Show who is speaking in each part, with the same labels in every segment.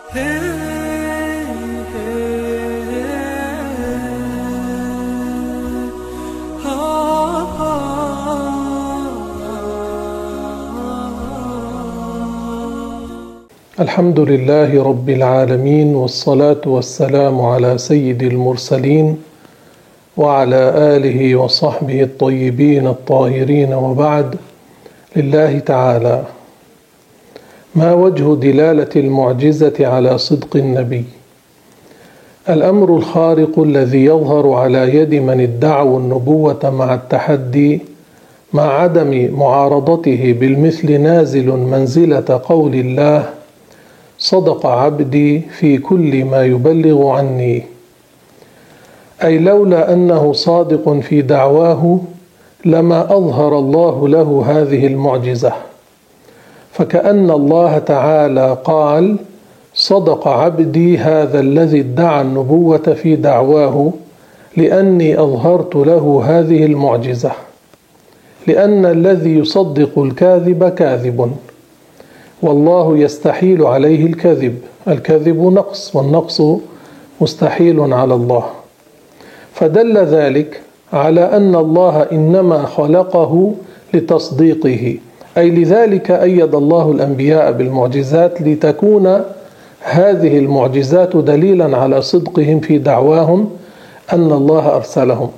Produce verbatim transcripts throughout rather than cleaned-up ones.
Speaker 1: الحمد لله رب العالمين، والصلاة والسلام على سيد المرسلين وعلى آله وصحبه الطيبين الطاهرين، وبعد. لله تعالى: ما وجه دلالة المعجزة على صدق النبي؟ الأمر الخارق الذي يظهر على يد من ادعوا النبوة مع التحدي مع عدم معارضته بالمثل نازل منزلة قول الله: صدق عبدي في كل ما يبلغ عني، أي لولا أنه صادق في دعواه لما أظهر الله له هذه المعجزة، فكأن الله تعالى قال: صدق عبدي هذا الذي ادعى النبوة في دعواه، لأني أظهرت له هذه المعجزة، لأن الذي يصدق الكاذب كاذب، والله يستحيل عليه الكذب، الكذب نقص، والنقص مستحيل على الله. فدل ذلك على أن الله إنما خلقه لتصديقه، أي لذلك أيد الله الأنبياء بالمعجزات لتكون هذه المعجزات دليلا على صدقهم في دعواهم أن الله أرسلهم،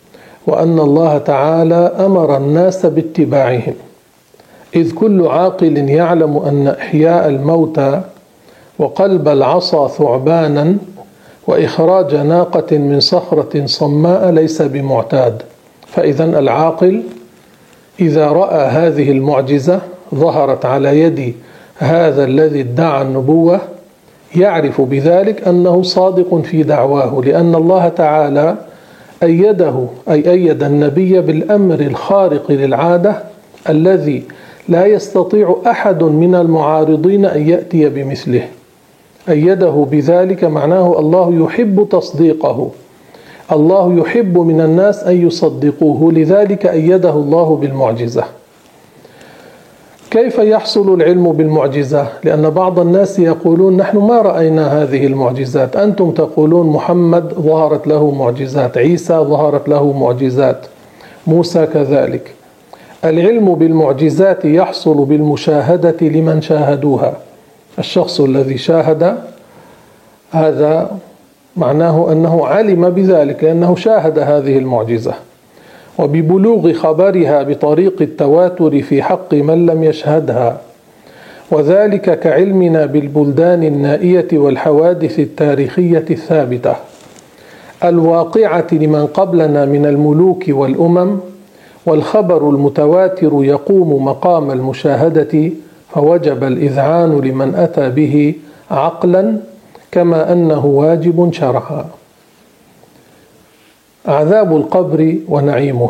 Speaker 1: وأن الله تعالى أمر الناس باتباعهم، إذ كل عاقل يعلم أن إحياء الموتى وقلب العصا ثعبانا وإخراج ناقة من صخرة صماء ليس بمعتاد. فإذا العاقل إذا رأى هذه المعجزة ظهرت على يد هذا الذي ادعى النبوة يعرف بذلك أنه صادق في دعواه، لأن الله تعالى أيده، أي أيد النبي بالأمر الخارق للعادة الذي لا يستطيع أحد من المعارضين أن يأتي بمثله. أيده بذلك معناه الله يحب تصديقه، الله يحب من الناس أن يصدقوه، لذلك أيده الله بالمعجزة. كيف يحصل العلم بالمعجزة؟ لأن بعض الناس يقولون: نحن ما رأينا هذه المعجزات، أنتم تقولون محمد ظهرت له معجزات، عيسى ظهرت له معجزات، موسى كذلك. العلم بالمعجزات يحصل بالمشاهدة لمن شاهدوها. الشخص الذي شاهد هذا معناه أنه علم بذلك لأنه شاهد هذه المعجزة، وببلوغ خبرها بطريق التواتر في حق من لم يشهدها، وذلك كعلمنا بالبلدان النائية والحوادث التاريخية الثابتة الواقعة لمن قبلنا من الملوك والأمم، والخبر المتواتر يقوم مقام المشاهدة، فوجب الإذعان لمن أتى به عقلا كما أنه واجب شرعا. عذاب القبر ونعيمه.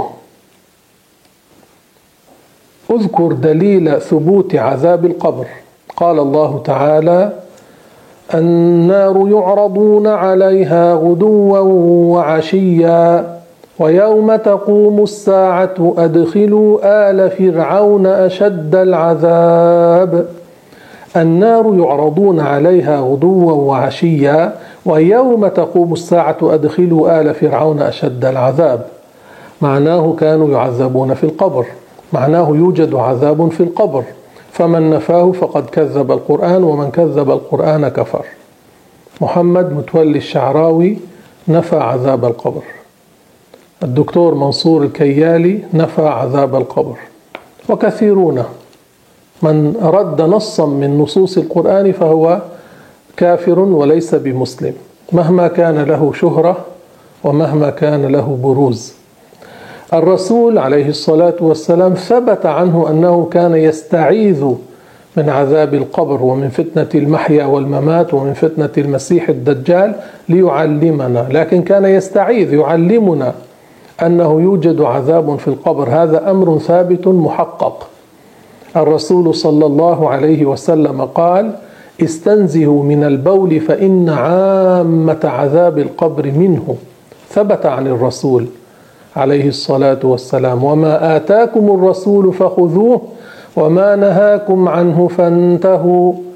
Speaker 1: اذكر دليل ثبوت عذاب القبر. قال الله تعالى: النار يعرضون عليها غدوا وعشيا ويوم تقوم الساعة أدخلوا آل فرعون أشد العذاب. النار يعرضون عليها غدوا وعشيا ويوم تقوم الساعة أدخلوا آل فرعون أشد العذاب، معناه كانوا يعذبون في القبر، معناه يوجد عذاب في القبر، فمن نفاه فقد كذب القرآن، ومن كذب القرآن كفر. محمد متولي الشعراوي نفى عذاب القبر، الدكتور منصور الكيالي نفى عذاب القبر، وكثيرون. من رد نصا من نصوص القرآن فهو كافر وليس بمسلم، مهما كان له شهرة ومهما كان له بروز. الرسول عليه الصلاة والسلام ثبت عنه أنه كان يستعيذ من عذاب القبر ومن فتنة المحيا والممات ومن فتنة المسيح الدجال ليعلمنا، لكن كان يستعيذ يعلمنا أنه يوجد عذاب في القبر، هذا أمر ثابت محقق. الرسول صلى الله عليه وسلم قال: استنزهوا من البول فإن عامة عذاب القبر منه، ثبت عن الرسول عليه الصلاة والسلام: وما آتاكم الرسول فخذوه وما نهاكم عنه فانتهوا.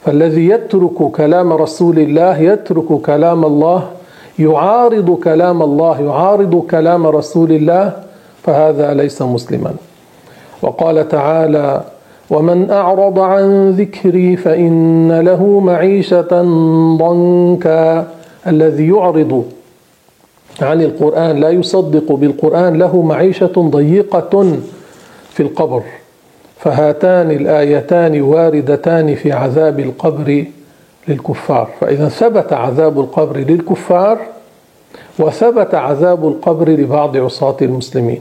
Speaker 1: فالذي يترك كلام رسول الله يترك كلام الله، يعارض كلام الله، يعارض كلام رسول الله، فهذا ليس مسلما. وقال تعالى: ومن أعرض عن ذكري فإن له معيشة ضنكا. الذي يعرض عن القرآن لا يصدق بالقرآن له معيشة ضيقة في القبر. فهاتان الآيتان واردتان في عذاب القبر للكفار. فإذا ثبت عذاب القبر للكفار وثبت عذاب القبر لبعض عصاة المسلمين.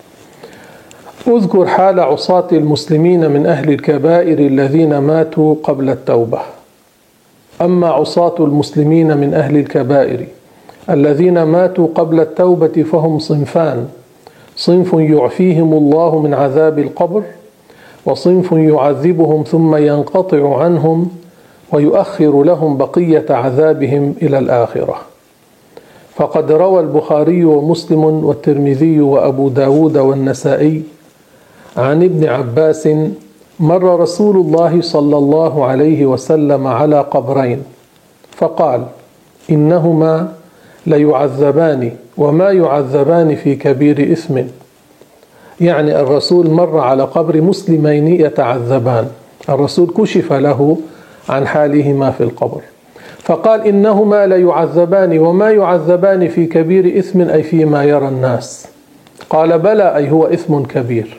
Speaker 1: أذكر حال عصاة المسلمين من أهل الكبائر الذين ماتوا قبل التوبة. أما عصاة المسلمين من أهل الكبائر الذين ماتوا قبل التوبة فهم صنفان: صنف يعفيهم الله من عذاب القبر، وصنف يعذبهم ثم ينقطع عنهم ويؤخر لهم بقية عذابهم إلى الآخرة. فقد روى البخاري ومسلم والترمذي وأبو داود والنسائي عن ابن عباس: مر رسول الله صلى الله عليه وسلم على قبرين فقال: إنهما ليعذبان وما يعذبان في كبير إثم. يعني الرسول مر على قبر مسلمين يتعذبان، الرسول كشف له عن حالهما في القبر، فقال: إنهما ليعذبان وما يعذبان في كبير إثم، أي فيما يرى الناس. قال: بلى، أي هو إثم كبير.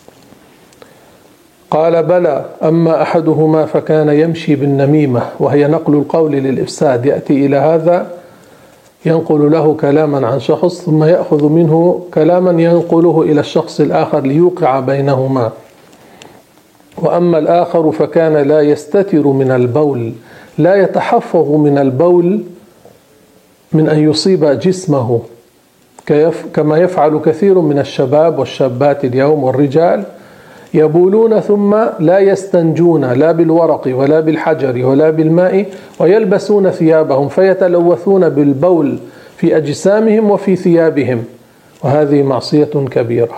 Speaker 1: قال: بلى، أما أحدهما فكان يمشي بالنميمة، وهي نقل القول للإفساد، يأتي إلى هذا ينقل له كلاما عن شخص ثم يأخذ منه كلاما ينقله إلى الشخص الآخر ليوقع بينهما. وأما الآخر فكان لا يستتر من البول، لا يتحفظ من البول من أن يصيب جسمه كما يفعل كثير من الشباب والشابات اليوم والرجال، يبولون ثم لا يستنجون لا بالورق ولا بالحجر ولا بالماء، ويلبسون ثيابهم فيتلوثون بالبول في أجسامهم وفي ثيابهم، وهذه معصية كبيرة.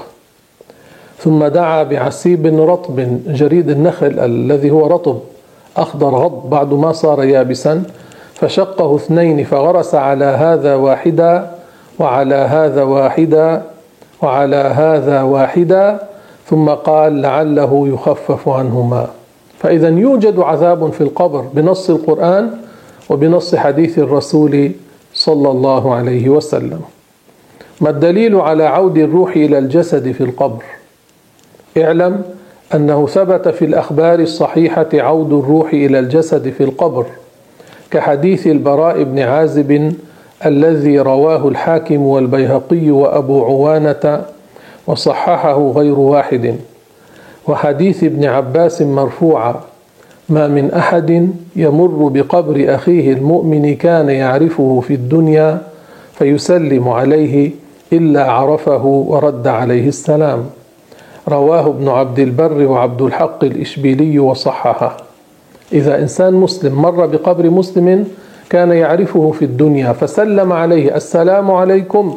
Speaker 1: ثم دعا بعسيب رطب، جريد النخل الذي هو رطب أخضر غض بعد ما صار يابسا، فشقه اثنين فغرس على هذا واحدا وعلى هذا واحدا وعلى هذا واحدا، ثم قال: لعله يخفف عنهما. فإذا يوجد عذاب في القبر بنص القرآن وبنص حديث الرسول صلى الله عليه وسلم. ما الدليل على عود الروح إلى الجسد في القبر؟ اعلم أنه ثبت في الأخبار الصحيحة عود الروح إلى الجسد في القبر، كحديث البراء بن عازب الذي رواه الحاكم والبيهقي وأبو عوانة وصححه غير واحد، وحديث ابن عباس مرفوعا: ما من أحد يمر بقبر أخيه المؤمن كان يعرفه في الدنيا فيسلم عليه إلا عرفه ورد عليه السلام. رواه ابن عبد البر وعبد الحق الإشبيلي وصححه. إذا إنسان مسلم مر بقبر مسلم كان يعرفه في الدنيا فسلم عليه: السلام عليكم،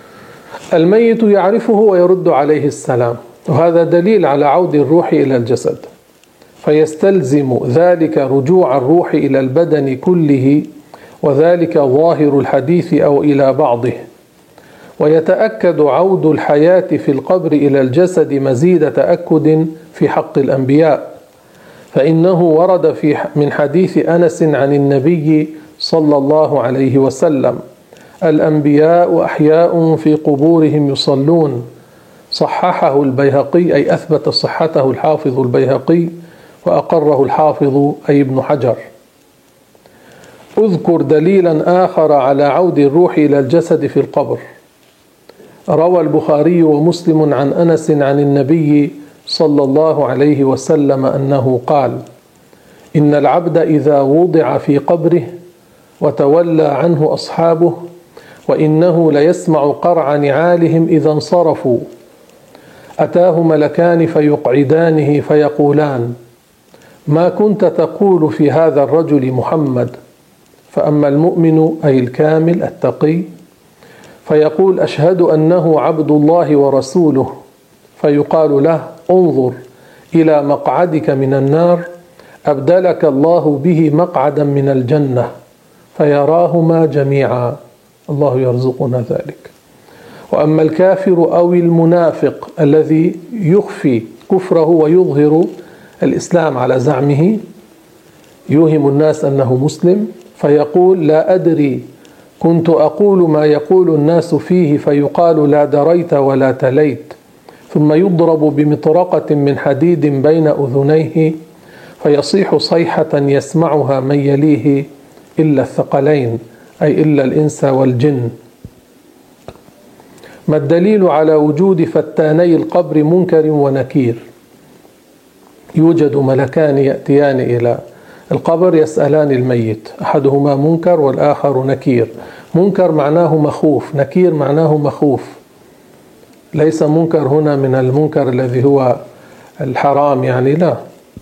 Speaker 1: الميت يعرفه ويرد عليه السلام، وهذا دليل على عود الروح إلى الجسد. فيستلزم ذلك رجوع الروح إلى البدن كله، وذلك ظاهر الحديث أو إلى بعضه. ويتأكد عود الحياة في القبر إلى الجسد مزيد تأكد في حق الأنبياء، فإنه ورد في من حديث أنس عن النبي صلى الله عليه وسلم: الأنبياء أحياء في قبورهم يصلون. صححه البيهقي، أي أثبت صحته الحافظ البيهقي، وأقره الحافظ أي ابن حجر. أذكر دليلا آخر على عود الروح إلى الجسد في القبر. روى البخاري ومسلم عن أنس عن النبي صلى الله عليه وسلم أنه قال: إن العبد إذا وضع في قبره وتولى عنه أصحابه وإنه ليسمع قرع نعالهم إذا انصرفوا، أتاه ملكان فيقعدانه فيقولان: ما كنت تقول في هذا الرجل محمد؟ فأما المؤمن أي الكامل التقي فيقول: أشهد أنه عبد الله ورسوله. فيقال له: انظر إلى مقعدك من النار أبدلك الله به مقعدا من الجنة فيراهما جميعا، الله يرزقنا ذلك. وأما الكافر أو المنافق الذي يخفي كفره ويظهر الإسلام على زعمه، يوهم الناس أنه مسلم فيقول لا أدري، كنت أقول ما يقول الناس فيه فيقال لا دريت ولا تليت، ثم يضرب بمطرقة من حديد بين أذنيه فيصيح صيحة يسمعها من يليه إلا الثقلين، أي إلا الإنس والجن. ما الدليل على وجود فتاني القبر منكر ونكير؟ يوجد ملكان يأتيان إلى القبر يسألان الميت، أحدهما منكر والآخر نكير. منكر معناه مخوف، نكير معناه مخوف، ليس منكر هنا من المنكر الذي هو الحرام يعني، لا.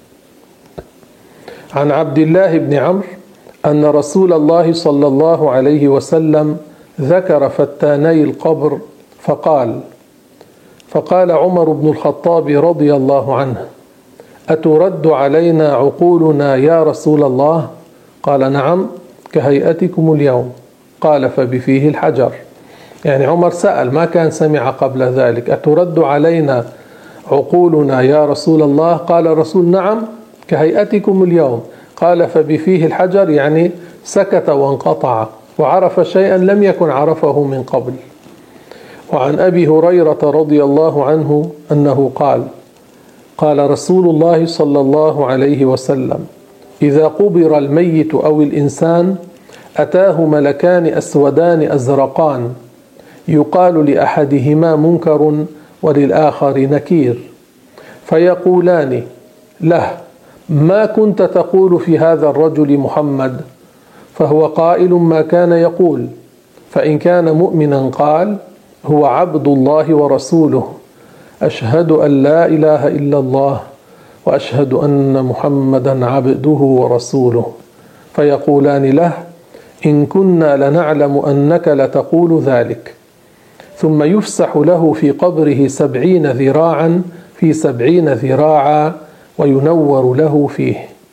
Speaker 1: عن عبد الله بن عمرو أن رسول الله صلى الله عليه وسلم ذكر فتاني القبر فقال فقال عمر بن الخطاب رضي الله عنه: أترد علينا عقولنا يا رسول الله؟ قال: نعم، كهيئتكم اليوم. قال: فبفيه الحجر. يعني عمر سأل، ما كان سمع قبل ذلك: أترد علينا عقولنا يا رسول الله؟ قال الرسول: نعم، كهيئتكم اليوم. قال: فبفيه الحجر، يعني سكت وانقطع وعرف شيئا لم يكن عرفه من قبل. وعن أبي هريرة رضي الله عنه أنه قال: قال رسول الله صلى الله عليه وسلم: إذا قبر الميت أو الإنسان أتاه ملكان أسودان أزرقان، يقال لأحدهما منكر وللآخر نكير، فيقولان له: ما كنت تقول في هذا الرجل محمد؟ فهو قائل ما كان يقول، فإن كان مؤمنا قال: هو عبد الله ورسوله، أشهد أن لا إله إلا الله وأشهد أن محمدا عبده ورسوله. فيقولان له: إن كنا لنعلم أنك لتقول ذلك. ثم يفسح له في قبره سبعين ذراعا في سبعين ذراعا وينور له فيه،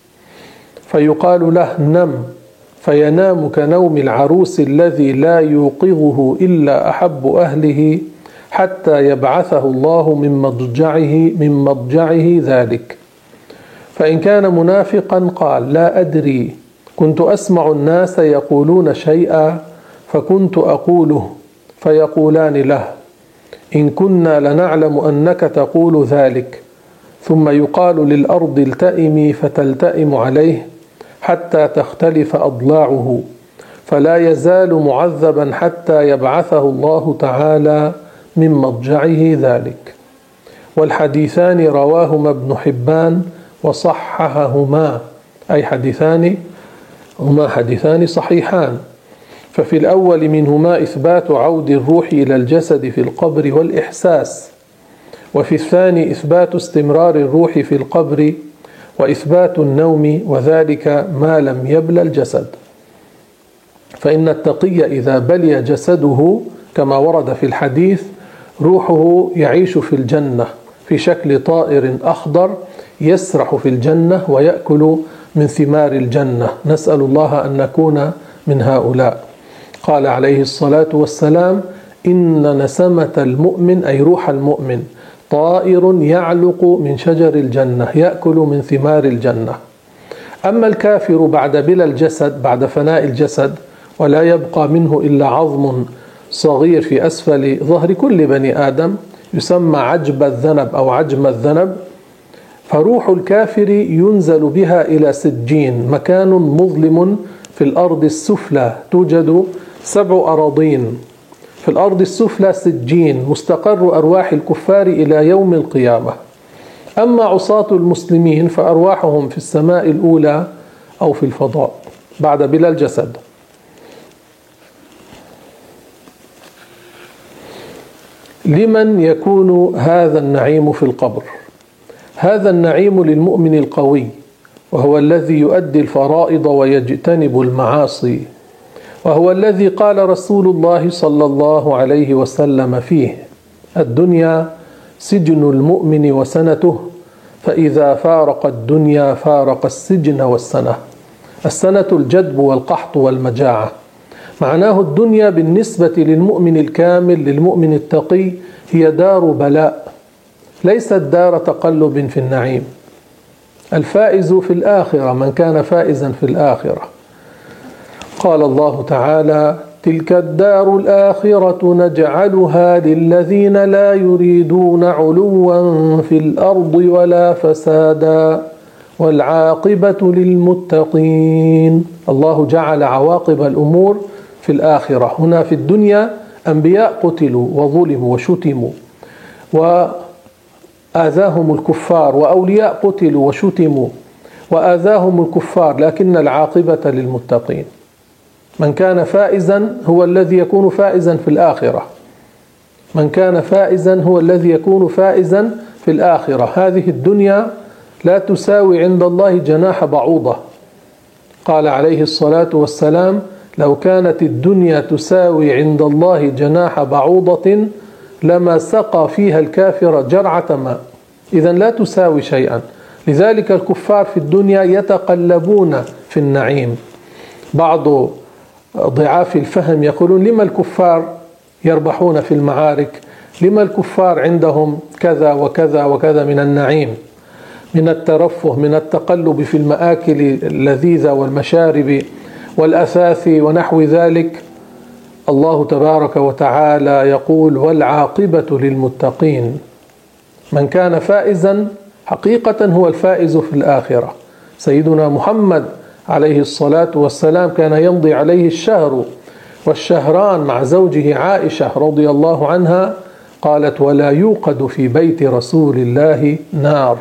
Speaker 1: فيقال له: نم، فينام كنوم العروس الذي لا يوقظه إلا أحب أهله حتى يبعثه الله من مضجعه من مضجعه ذلك. فإن كان منافقا قال: لا أدري، كنت أسمع الناس يقولون شيئا فكنت أقوله. فيقولان له: إن كنا لنعلم أنك تقول ذلك. ثم يقال للأرض: التئمي، فتلتئم عليه حتى تختلف أضلاعه، فلا يزال معذبا حتى يبعثه الله تعالى من مضجعه ذلك. والحديثان رواهما ابن حبان وصححهما، أي حديثان هما حديثان صحيحان. ففي الأول منهما إثبات عود الروح إلى الجسد في القبر والإحساس، وفي الثاني إثبات استمرار الروح في القبر وإثبات النوم، وذلك ما لم يبل الجسد. فإن التقي إذا بلي جسده كما ورد في الحديث روحه يعيش في الجنة في شكل طائر أخضر يسرح في الجنة ويأكل من ثمار الجنة، نسأل الله أن نكون من هؤلاء. قال عليه الصلاة والسلام: إن نسمة المؤمن، أي روح المؤمن، طائر يعلق من شجر الجنة يأكل من ثمار الجنة. أما الكافر بعد بلا الجسد، بعد فناء الجسد ولا يبقى منه إلا عظم صغير في أسفل ظهر كل بني آدم، يسمى عجب الذنب أو عجم الذنب، فروح الكافر ينزل بها إلى سجين، مكان مظلم في الأرض السفلى، توجد سبع أراضين في الأرض السفلى سجين، مستقر أرواح الكفار إلى يوم القيامة. أما عصاة المسلمين فأرواحهم في السماء الأولى أو في الفضاء بعد بلا الجسد. لمن يكون هذا النعيم في القبر؟ هذا النعيم للمؤمن القوي، وهو الذي يؤدي الفرائض ويجتنب المعاصي، وهو الذي قال رسول الله صلى الله عليه وسلم فيه: الدنيا سجن المؤمن وسنته، فإذا فارق الدنيا فارق السجن والسنة. السنة الجدب والقحط والمجاعة. معناه الدنيا بالنسبة للمؤمن الكامل للمؤمن التقي هي دار بلاء، ليست دار تقلب في النعيم. الفائز في الآخرة من كان فائزا في الآخرة. قال الله تعالى: تلك الدار الآخرة نجعلها للذين لا يريدون علوا في الأرض ولا فسادا والعاقبة للمتقين. الله جعل عواقب الأمور في الآخرة. هنا في الدنيا أنبياء قتلوا وظلموا وشتموا وآذاهم الكفار، وأولياء قتلوا وشتموا وآذاهم الكفار، لكن العاقبة للمتقين. من كان فائزا هو الذي يكون فائزا في الآخرة. من كان فائزا هو الذي يكون فائزا في الآخرة. هذه الدنيا لا تساوي عند الله جناح بعوضة. قال عليه الصلاة والسلام: لو كانت الدنيا تساوي عند الله جناح بعوضة لما سقى فيها الكافر جرعة ماء. إذن لا تساوي شيئا. لذلك الكفار في الدنيا يتقلبون في النعيم. بعض ضعاف الفهم يقولون: لما الكفار يربحون في المعارك؟ لما الكفار عندهم كذا وكذا وكذا من النعيم، من الترفه، من التقلب في المآكل اللذيذة والمشارب والأثاث ونحو ذلك؟ الله تبارك وتعالى يقول: والعاقبة للمتقين. من كان فائزا حقيقة هو الفائز في الآخرة. سيدنا محمد عليه الصلاة والسلام كان يمضي عليه الشهر والشهران مع زوجه عائشة رضي الله عنها، قالت: ولا يوقد في بيت رسول الله نار.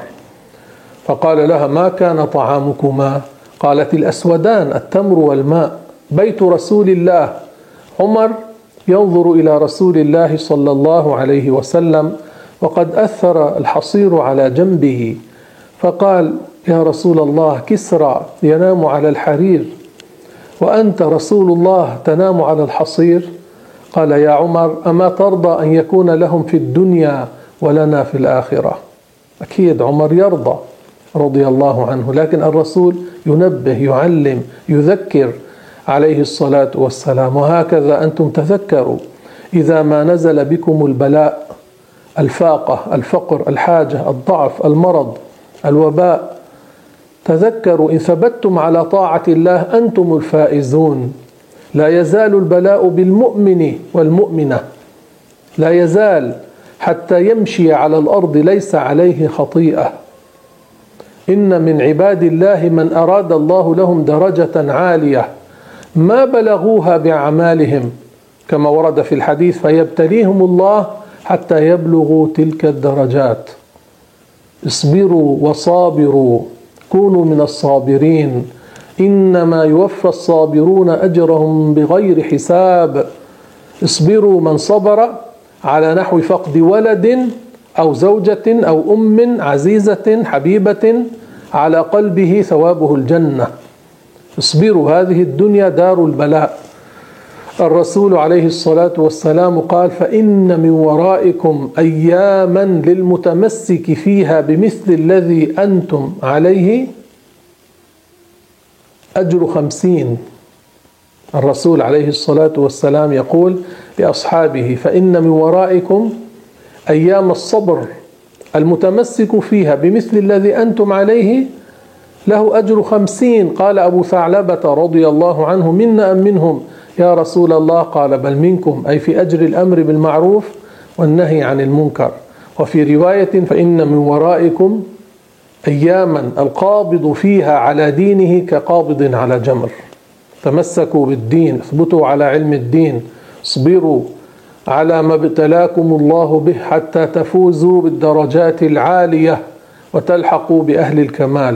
Speaker 1: فقال لها: ما كان طعامكما؟ قالت: الأسودان، التمر والماء. بيت رسول الله. عمر ينظر إلى رسول الله صلى الله عليه وسلم وقد أثر الحصير على جنبه، فقال: يا رسول الله، كسرى ينام على الحرير وأنت رسول الله تنام على الحصير. قال: يا عمر، أما ترضى أن يكون لهم في الدنيا ولنا في الآخرة؟ أكيد عمر يرضى رضي الله عنه، لكن الرسول ينبه، يعلم، يذكر عليه الصلاة والسلام. وهكذا أنتم تذكروا إذا ما نزل بكم البلاء، الفاقة، الفقر، الحاجة، الضعف، المرض، الوباء، تذكروا إن ثبتتم على طاعة الله أنتم الفائزون. لا يزال البلاء بالمؤمن والمؤمنة، لا يزال حتى يمشي على الأرض ليس عليه خطيئة. إن من عباد الله من أراد الله لهم درجة عالية ما بلغوها بأعمالهم، كما ورد في الحديث: فيبتليهم الله حتى يبلغوا تلك الدرجات. اصبروا وصابروا، كونوا من الصابرين، إنما يوفى الصابرون أجرهم بغير حساب. اصبروا من صبر على نحو فقد ولد أو زوجة أو أم عزيزة حبيبة على قلبه ثوابه الجنة. اصبروا، هذه الدنيا دار البلاء. الرسول عليه الصلاة والسلام قال: فإن من ورائكم أياما للمتمسك فيها بمثل الذي أنتم عليه أجر خمسين. الرسول عليه الصلاة والسلام يقول لأصحابه: فإن من ورائكم أيام الصبر، المتمسك فيها بمثل الذي أنتم عليه له أجر خمسين. قال أبو ثعلبة رضي الله عنه: منا أم منهم يا رسول الله؟ قال: بل منكم، أي في أجر الأمر بالمعروف والنهي عن المنكر. وفي رواية: فإن من ورائكم أياما القابض فيها على دينه كقابض على جمر. تمسكوا بالدين، اثبتوا على علم الدين، اصبروا على ما ابتلاكم الله به حتى تفوزوا بالدرجات العالية وتلحقوا بأهل الكمال.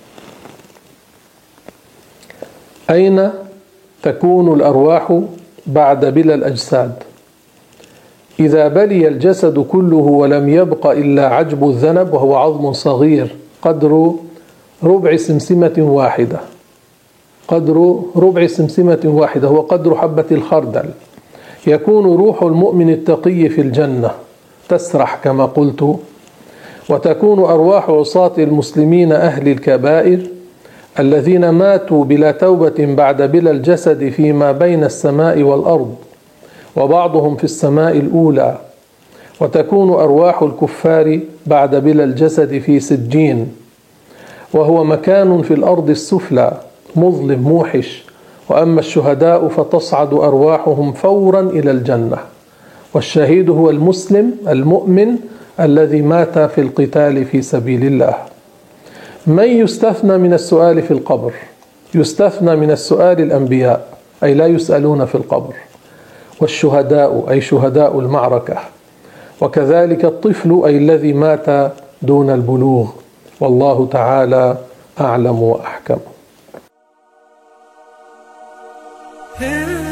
Speaker 1: أين تكون الأرواح بعد بلا الأجساد؟ إذا بلي الجسد كله ولم يبق إلا عجب الذنب، وهو عظم صغير قدر ربع سمسمة واحدة، قدر ربع سمسمة واحدة هو قدر حبة الخردل، يكون روح المؤمن التقي في الجنة تسرح كما قلت، وتكون أرواح عصاة المسلمين أهل الكبائر الذين ماتوا بلا توبة بعد بلا الجسد فيما بين السماء والأرض، وبعضهم في السماء الأولى. وتكون أرواح الكفار بعد بلا الجسد في سجين، وهو مكان في الأرض السفلى مظلم موحش. وأما الشهداء فتصعد أرواحهم فورا إلى الجنة. والشهيد هو المسلم المؤمن الذي مات في القتال في سبيل الله. من يستثنى من السؤال في القبر؟ يستثنى من السؤال الأنبياء، أي لا يسألون في القبر، والشهداء أي شهداء المعركة، وكذلك الطفل أي الذي مات دون البلوغ. والله تعالى أعلم وأحكم.